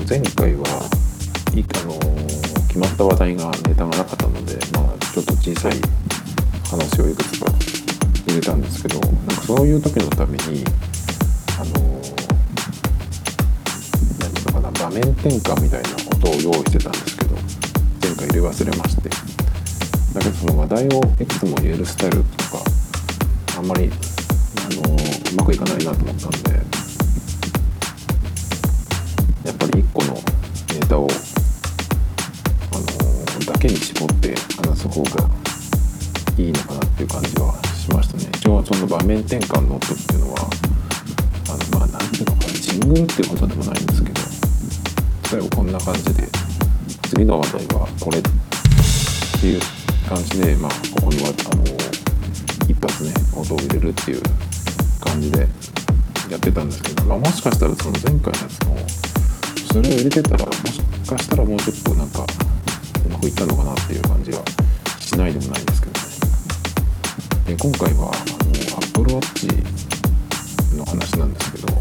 前回は決まった話題がネタがなかったので、ちょっと小さい話をいくつか入れたんですけど、なんかそういう時のために何ていうのかな、場面転換みたいなことを用意してたんですけど、前回入れ忘れまして、だけどその話題をいくつも入れるスタイルとかあんまりうまくいかないなと思ったんで、やっぱり一個のネタをだけに絞って話す方がいいのかなっていう感じはしましたね。一応その場面転換ノートっていうのはなんていうのかな、ジングルっていうことでもないんですけど、例えばこんな感じで次の話題はこれっていう感じで、ここには一発ね音を入れるっていう感じでやってたんですけど、もしかしたらその前回のやつもそれを入れてたら、もしかしたらもうちょっとなんかうまくいったのかなっていう感じはしないでもないんですけどね。で、今回はApple Watch の話なんですけど、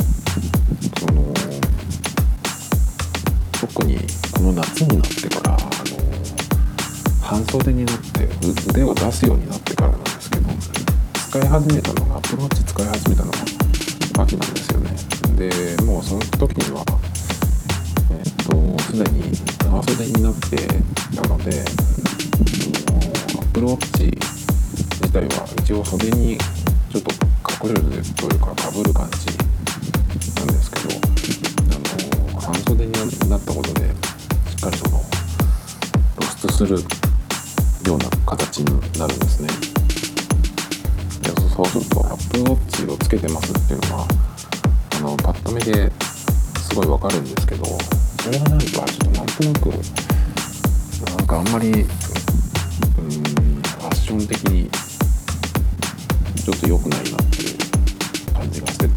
特にこの夏になってから半袖になって腕を出すようになってからなんですけど、使い始めたのが Apple Watch 使い始めたのが秋なんですよね。で、もうその時にはすでに長袖になってたので、Apple Watch 自体は一応袖にちょっと隠れるというかかぶる感じなんですけど、半袖になったことでしっかり露出するような形になるんですね。で、そうすると Apple Watch をつけてますっていうのはパッと見ですごいわかるんですけど、それがなんかちょっとなんとなくなんかあんまりファッション的にちょっと良くないなっていう感じがして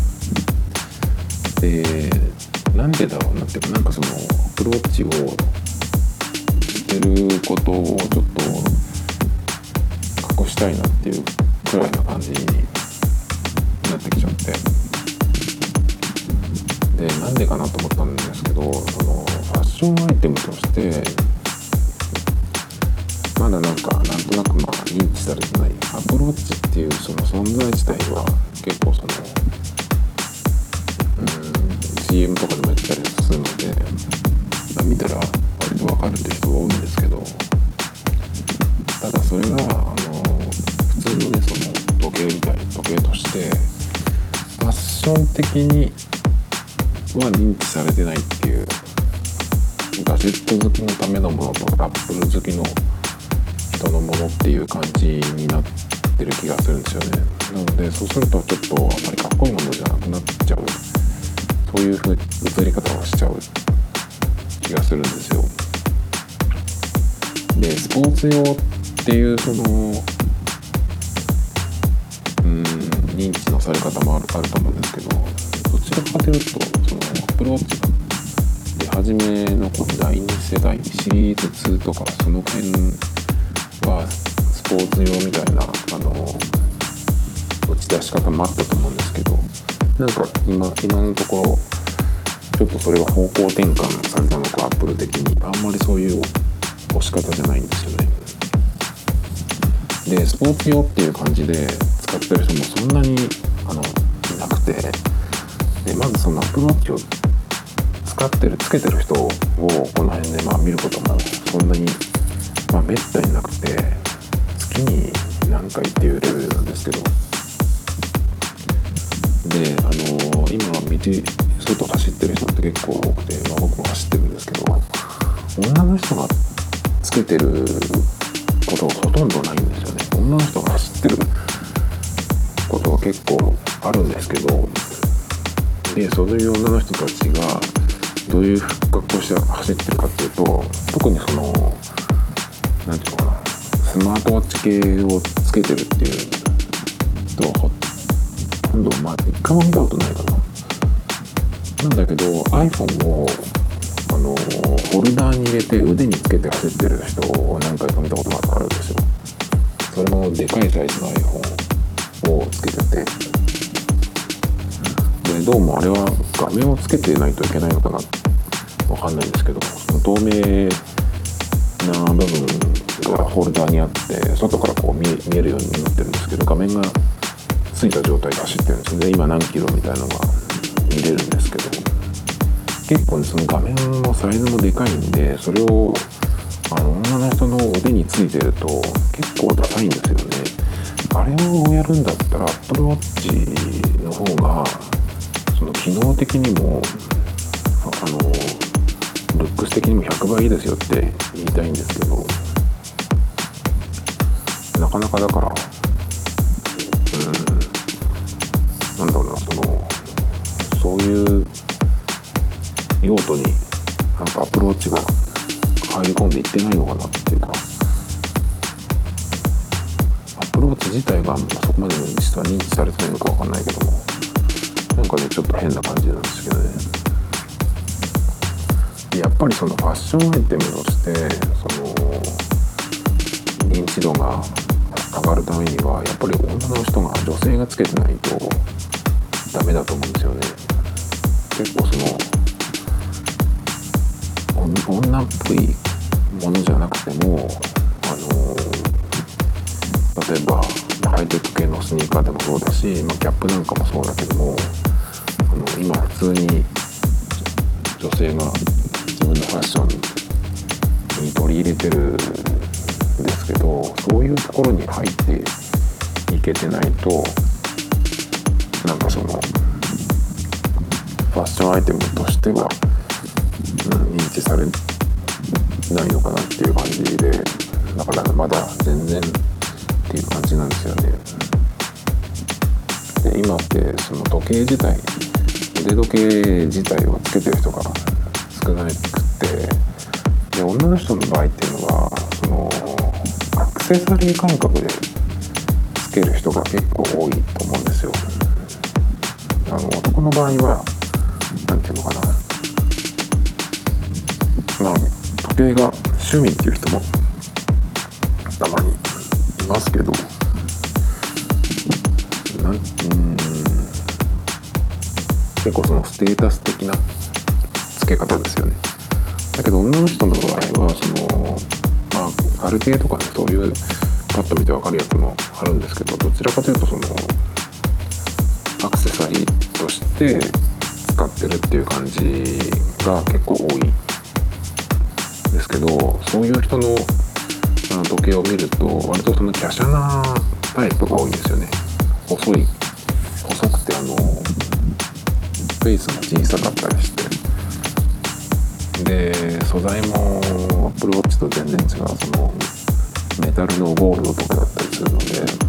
て、で、なんでだろうなっていうか、なんかそのアプローチをしてることをちょっと隠したいなっていうくらいな感じになってきちゃって、で、なんでかなと思ったんですけど、ファッションアイテムとしてまだなんとなく認知されてないアプローチっていうその存在自体は結構CM とかでもやってたりするので、見たら割とわかるって人が多いんですけど、ただそれが普通のね、その時計としてファッション的には認知されてないっていう、ガジェット好きのためのものとアップル好きの人のものっていう感じになってる気がするんですよね。なのでそうするとちょっとあまりかっこいいものじゃなくなっちゃう、そういう映り方をしちゃう気がするんですよ。で、スポーツ用っていう認知のされ方もあると思うんですけど、どちらかというとアプローチが出始めの第2世代シリーズ2とかその辺はスポーツ用みたいな打ち出し方もあったと思うんですけど、なんか今のところちょっとそれが方向転換されたのか、アップル的にあんまりそういう押し方じゃないんですよね。で、スポーツ用っていう感じで使ってる人もそんなにいなくて、で、まずそのアプローチをつけてる人をこの辺で見ることもそんなにめったになくて、月に何回っていうレベルなんですけど、で、今外走ってる人って結構多くて、僕も走ってるんですけど、女の人がつけてることがほとんどないんですよね。女の人が走ってることが結構あるんですけど、で、そういう女の人たちがどういう格好して走ってるかっていうと、特になんていうのかな、スマートウォッチ系をつけてるっていう人はほとんど一回も見たことないかな。なんだけど iPhone をホルダーに入れて腕につけて走ってる人を何回か見たことがあるんですよ。それもでかいサイズの iPhone をつけてて、で、どうもあれは画面をつけてないといけないのかなっわかんないんですけど、その透明な部分がホルダーにあって外からこう見えるようになってるんですけど、画面がついた状態で走ってるんですね。今何キロみたいなのが見れるんですけど、結構ねその画面のサイズもでかいんで、それを女の人の腕についてると結構ダサいんですよね。あれをやるんだったら Apple Watch の方がその機能的にもルックス的にも100倍いいですよって言いたいんですけど、なかなかだからなんだろうな、そういう用途になんかアプローチが入り込んでいってないのかなっていうか、アプローチ自体がそこまで実は認知されてないのかわかんないけども、なんかねちょっと変な感じなんですけどね。やっぱりそのファッションアイテムとして認知度が上がるためにはやっぱり女性がつけてないとダメだと思うんですよね。結構女っぽいものじゃなくても例えばハイテク系のスニーカーでもそうだし、キャップなんかもそうだけども今普通に女性が自分のファッションに取り入れてるんですけど、そういうところに入っていけてないとなんかファッションアイテムとしては、認知されないのかなっていう感じで、だからまだ全然っていう感じなんですよね。で今ってその時計自体、腕時計自体をつけてる人が少なくて、で女の人の場合っていうのはアクセサリー感覚でつける人が結構多いと思うんですよ。男の場合はなんていうのかな、時計が趣味っていう人もたまにいますけど、結構ステータス的なつけ方ですよね。だけど女の人の場合はある程度かね、そういうパッと見て分かるやつもあるんですけど、どちらかというとアクセサリーとして使ってるっていう感じが結構多いですけど、そういう人の時計を見ると割と華奢なタイプが多いんですよね。細くてフェイスが小さかったりして、で素材も Apple Watch と全然違うメタルのゴールドとかだったりするので、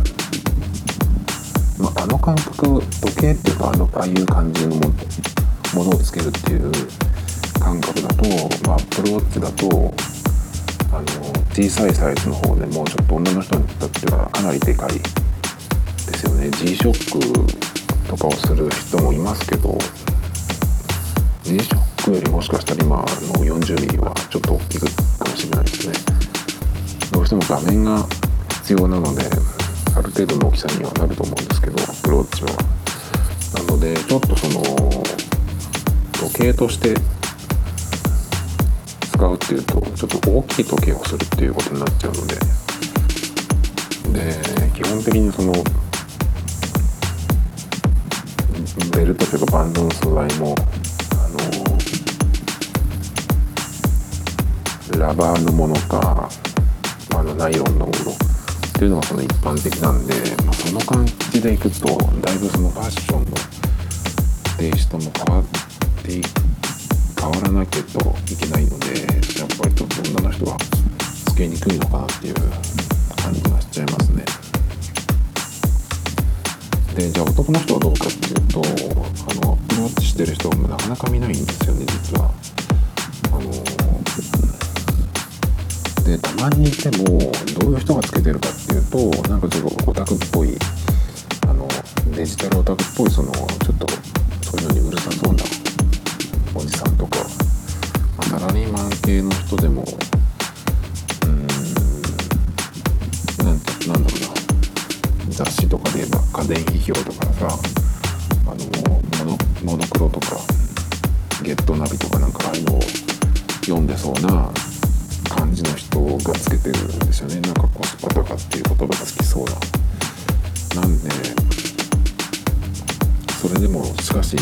感覚、時計っていうかああいう感じのものをつけるっていう感覚だと、Apple Watch だと小さいサイズの方でもうちょっと女の人にとってはかなりでかいですよね。 G-SHOCK とかをする人もいますけど、 G-SHOCK よりもしかしたら今の 40mm はちょっと大きいかもしれないですね。どうしても画面が必要なのである程度の大きさにはなると思うんですけど、Apple Watch は。なのでちょっと時計として使うっていうとちょっと大きい時計をするっていうことになっちゃうので、基本的にベルトというかバンドの素材もラバーのものかナイロンのものっていうのが一般的なんで、その感じでいくとだいぶファッションのテイストも変わらなきゃといけないので、やっぱりちょっと女の人はつけにくいのかなっていう感じがしちゃいますね。でじゃあ男の人はどうかっていうとアプローチしてる人もなかなか見ないんですよね、実は。でたまにいてもどういう人がつけてるかっていうと、なんかちょっとオタクっぽいデジタルオタクっぽいちょっとそういうのにうるさそうなおじさんとか、サラリーマン系の人でもなんだろうな、雑誌とかで言えば家電批評とかさ、モノクロとかゲットナビとかなんかああいうのを読んでそうな感じの人がつけてるんですよね。なんかコスパ高っていう言葉が好きそうなんで、それでもしかし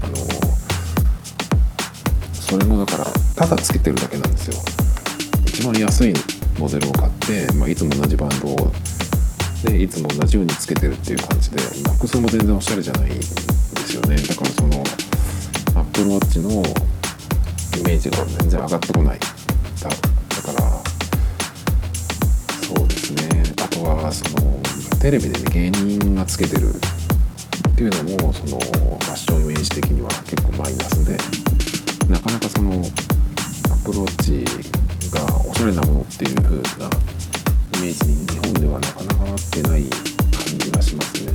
それもだからただつけてるだけなんですよ。一番安いモデルを買って、いつも同じバンドでいつも同じようにつけてるっていう感じで、服装も全然おしゃれじゃないんですよね。だからそのApple Watch のイメージが全然上がってこない。だからそうですね。あとはそのテレビで、ね、芸人がつけてるっていうのもそのファッションイメージ的には結構マイナスで、なかなかそのApple Watchがおしゃれなものっていう風なイメージに日本ではなかなかなってない感じがしますね。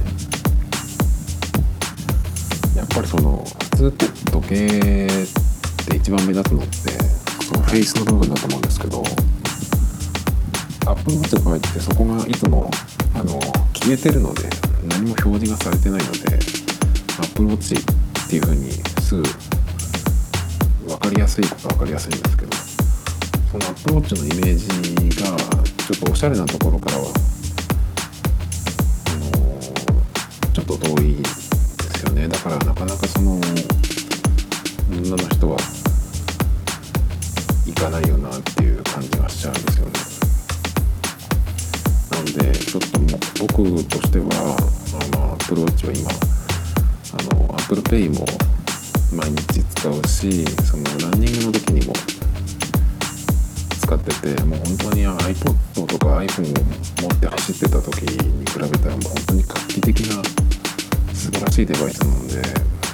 やっぱりその普通って時計って一番目立つのってそのフェイスの部分だと思うんですけど、Apple Watch の場合ってそこがいつも消えてるので何も表示がされてないので Apple Watch っていう風にすぐ分かりやすいことは分かりやすいんですけど、そのApple Watchのイメージがちょっとおしゃれなところからはちょっと遠いですよね。だからなかなかその女の人は行かないよなっていう感じがしちゃうんですよね。なのでちょっともう僕としてはApple Watch は今Apple Pay も毎日使うし、そのランニングの時にも使ってて、もう本当に iPod とか iPhone を持って走ってた時に比べたらもう本当に画期的な素晴らしいデバイスなので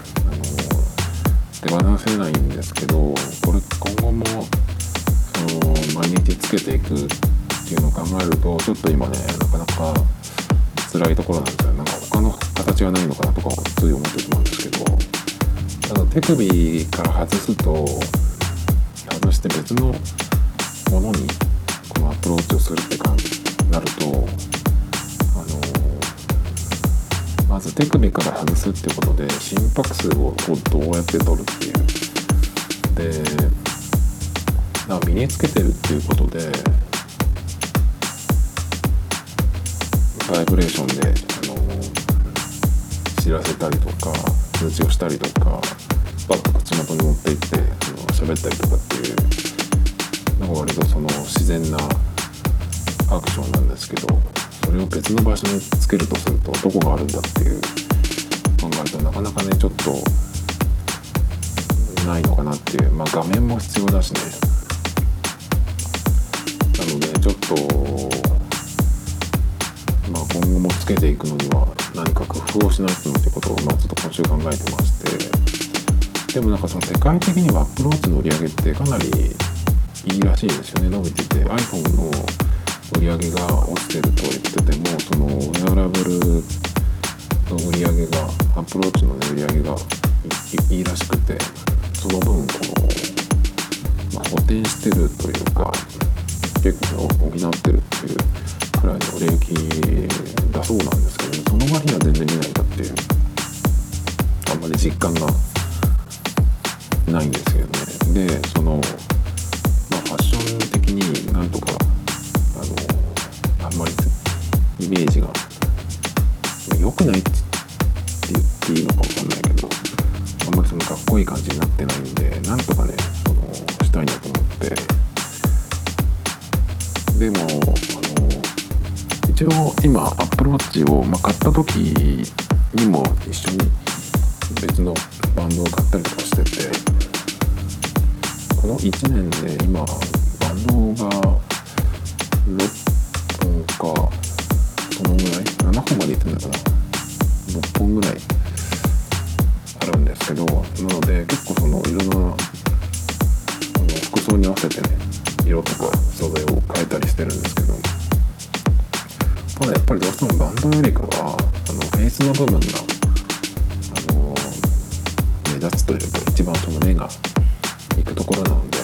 手放せないんですけど、これ今後も毎日つけていくっていうのを考えるとちょっと今ねなかなか辛いところなんですよ。なんか他の形がないのかなとかつい思ってしまうんですけど、手首から外して別のものにこのアプローチをするって感じになるとまず手首から外すってことで心拍数をどうやって取るっていうで、身につけてるっていうことでバイブレーションで知らせたりとか通知をしたりとかバッと口元に持っていって喋ったりとかっていうのが割とその自然なアクションなんですけど、それを別の場所につけるとするとどこがあるんだっていう考えるとなかなかねちょっとないのかなっていう、画面も必要だしね。なのでちょっと今後もつけていくのには何か工夫をしないとってことをちょっと今週考えてまして、でもなんかその世界的にはアプローチの売り上げってかなりいいらしいですよね。伸びてて iPhone の売り上げが落ちてると言ってても、そのウェアラブルの売り上げがアプローチの、売り上げがいいらしくて、その分補填してるというか結構補ってるっていうくらいの利益だそうなんですけど、その割には全然見ないんだっていうあんまり実感がないんですよね。でファッション的になんとかあんまりイメージが良くないって言っていいのか分かんないけど、あんまりそのかっこいい感じになってないんで、なんとかねしたいなと思って、でも一応今 Apple Watch を、買った時にも一緒に別のバンドを買ったりとかしてて、この1年で今バンドが6本かそのぐらい7本までいってんだから6本ぐらいあるんですけど、なので結構いろんな服装に合わせてね色とか素材を変えたりしてるんですけど、ただやっぱりどうしてもバンドよりかはフェイスの部分が目立つというか一番その目がいくところなので、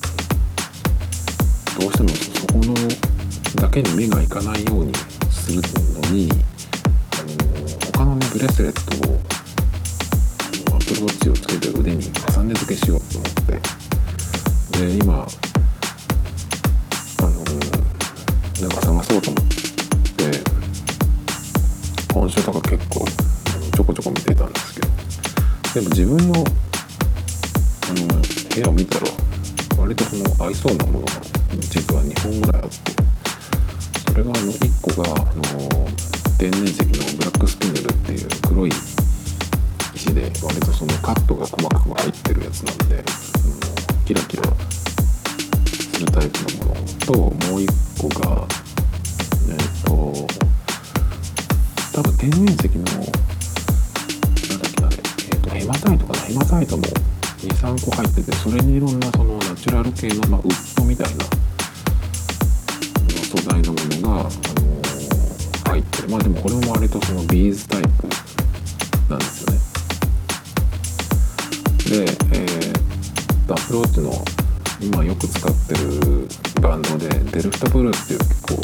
どうしてもそこのだけに目がいかないようにするのに他のブレスレットをApple Watchをつけて腕に重ね付けしようと思って、でで今なんか探そうと思って今週とか結構ちょこちょこ見てたんですけど、でも自分の部屋を見たら割とその合いそうなものが実は2本ぐらいあって、それが1個が天然石のブラックスピネルっていう黒い石で割とそのカットが細かく入ってるやつなんで、キラキラするタイプのものと、もう1個が多分天然石のなんだっけなヘマタイトかな、ヘマタイトも 2,3 個入ってて、それにいろんなそのナチュラル系の、ウッドみたいな素材のものが、入ってる。でもこれも割とそのビーズタイプなんですよね。で、アプローチの今よく使ってるバンドでデルフタブルーっていう結構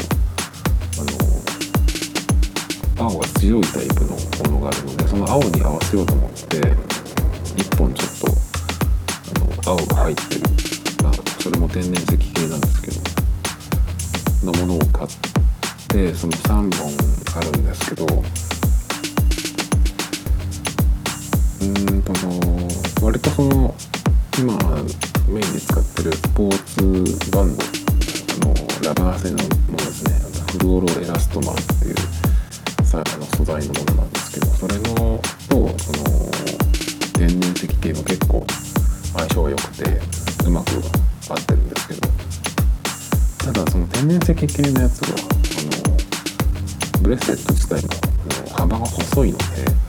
青が強いタイプのものがあるので、その青に合わせようと思って1本ちょっと青が入ってる、それも天然石系なんですけどのものを買って、その3本あるんですけど、割とその今メインで使ってるスポーツバンドラバー製のものですね。フルオロエラストマンっていう素材のものなんですけど、それのとその天然石系も結構相性が良くてうまく合ってるんですけど、ただその天然石系のやつはブレスレット自体の幅が細いので、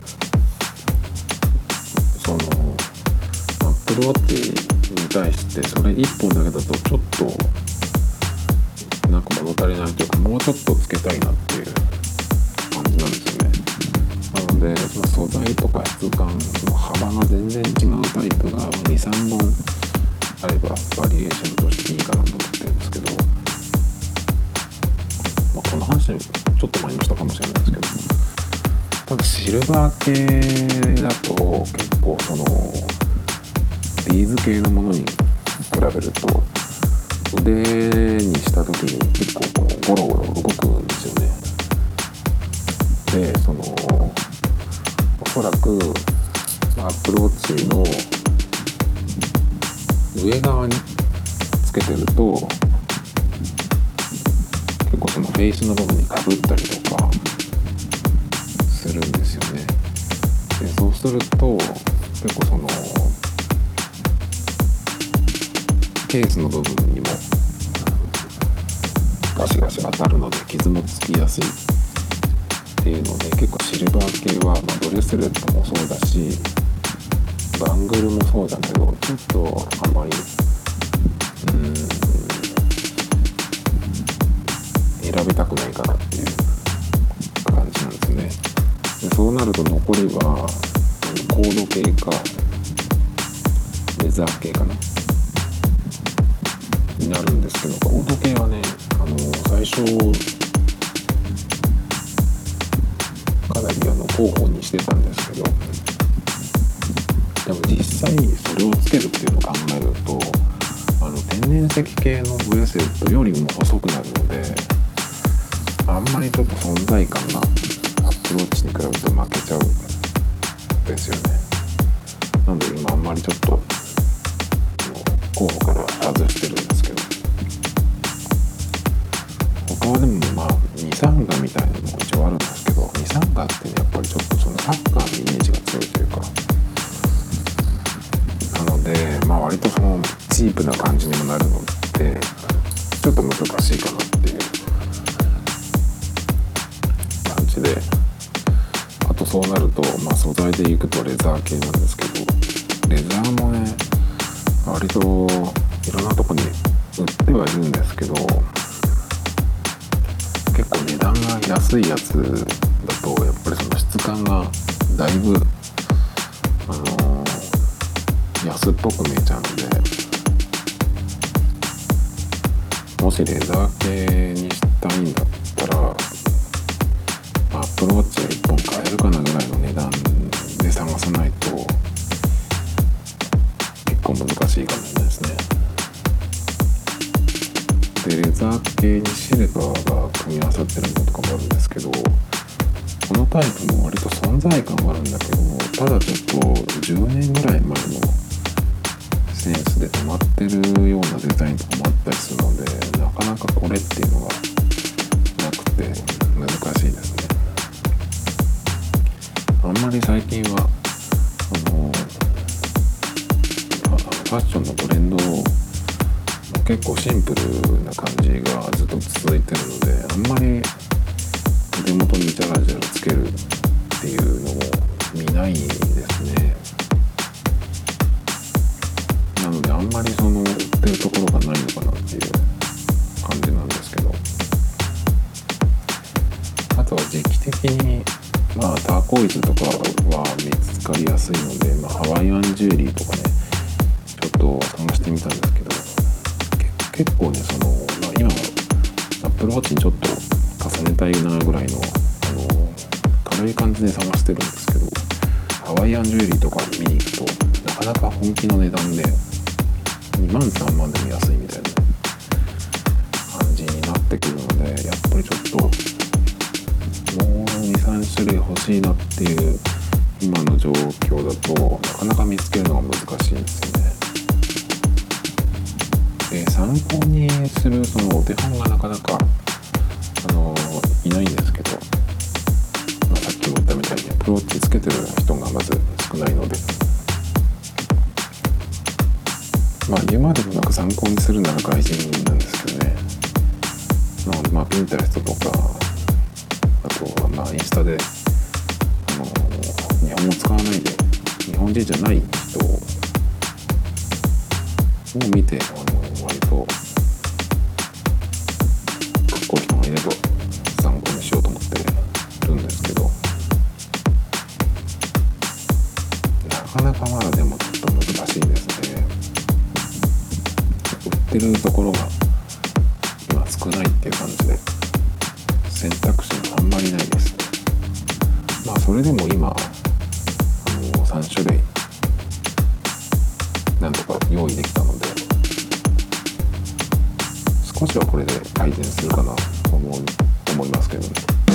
そのアップルウォッチに対してそれ1本だけだとちょっとなんか物足りないというか、もうちょっとつけたいなっていう感じなんですよね。なのでその素材とか質感の幅が全然違うタイプが 2,3 本あればバリエーションとしていいかなと思ってるんですけど、この話ちょっと前にしたかもしれないですけど、ただシルバー系だと結構そのビーズ系のものに比べると腕にした時に結構こうゴロゴロ動くんですよね。でおそらくアップルウォッチの上側につけてると結構そのフェイスの部分にかぶったりとかするんですよね。でそうすると結構そのケースの部分にもガシガシ当たるので傷もつきやすいっていうので、結構シルバー系は、ブレスレットもそうだしバングルもそうだけど、ちょっとあまり選びたくないかなっていう感じなんですね。でそうなると残りはコード系かレザー系かなになるんですけど、コード系はね最初かなり候補にしてたんですけど、でも実際それをつけるっていうのを考えると天然石系のブレスレットよりも細くなるので、あんまりちょっと存在感がアップローチに比べると負けちゃうんですよね。なので今あんまりちょっと候補から外してるんですけど、他はでも2、3ガみたいなのも一応あるんですけど、2、3ガってねやっぱりちょっとそのサッカーのイメージが強いというか、なので割とそのチープな感じにもなるのでちょっと難しいかなっていう感じで、あとそうなると素材でいくとレザー系なんですけど、レザーもね割といろんなとこに売ってはいるんですけど、結構値段が安いやつだとやっぱりその質感がだいぶ安っぽく見えちゃうので、もしレザー系にしたいんだったらアップルウォッチが1本買えるかなぐらいの値段で探さないと結構難しいかもしれないですね。 でレザー系にシルバーが組み合わさってるのとかもあるんですけど、このタイプも割と存在感はあるんだけど、ただちょっと10年ぐらい前のセンスで止まってるようなデザインとかもあったりするので、なかなかこれっていうのがなくて難しいですね。あんまり最近はファッションのトレンド結構シンプルな感じがずっと続いてるので、あんまり手元にジャラジャラつけるっていうのも見ないですね。なのであんまり売ってるところがないのかなっていう感じなんですけど、あとは時期的にターコイズとかは見つかりやすいので、ハワイアンジュエリーとかねちょっと探してみたんですけど、結構ね今はアップルウォッチにちょっと重ねたいなぐらいの軽い感じで探してるんですけど、ハワイアンジュエリーとか見に行くとなかなか本気の値段で2万3万でも安いみたいな感じになってくるので、やっぱりちょっともう 2,3 種類欲しいなっていう今の状況だとなかなか見つけるのが難しいんですよね。で参考にするお手本がなかなかいないんですけど、さっきも言ったみたいにアプローチつけてる人がまず少ないので、言うまでもなく参考にするなら外人なんですけどね。ピンタレストとか、あとはインスタで日本語使わないで日本人じゃない人を見て割とかっこいい人がいれば参考にしようと思ってるんですけど、なかなかまだでもちょっと難しいですね。売ってるところが今少ないっていう感じで選択肢があんまりないです。それでも今3種類なんとか用意できたので、少しはこれで改善するかなと思いますけどね。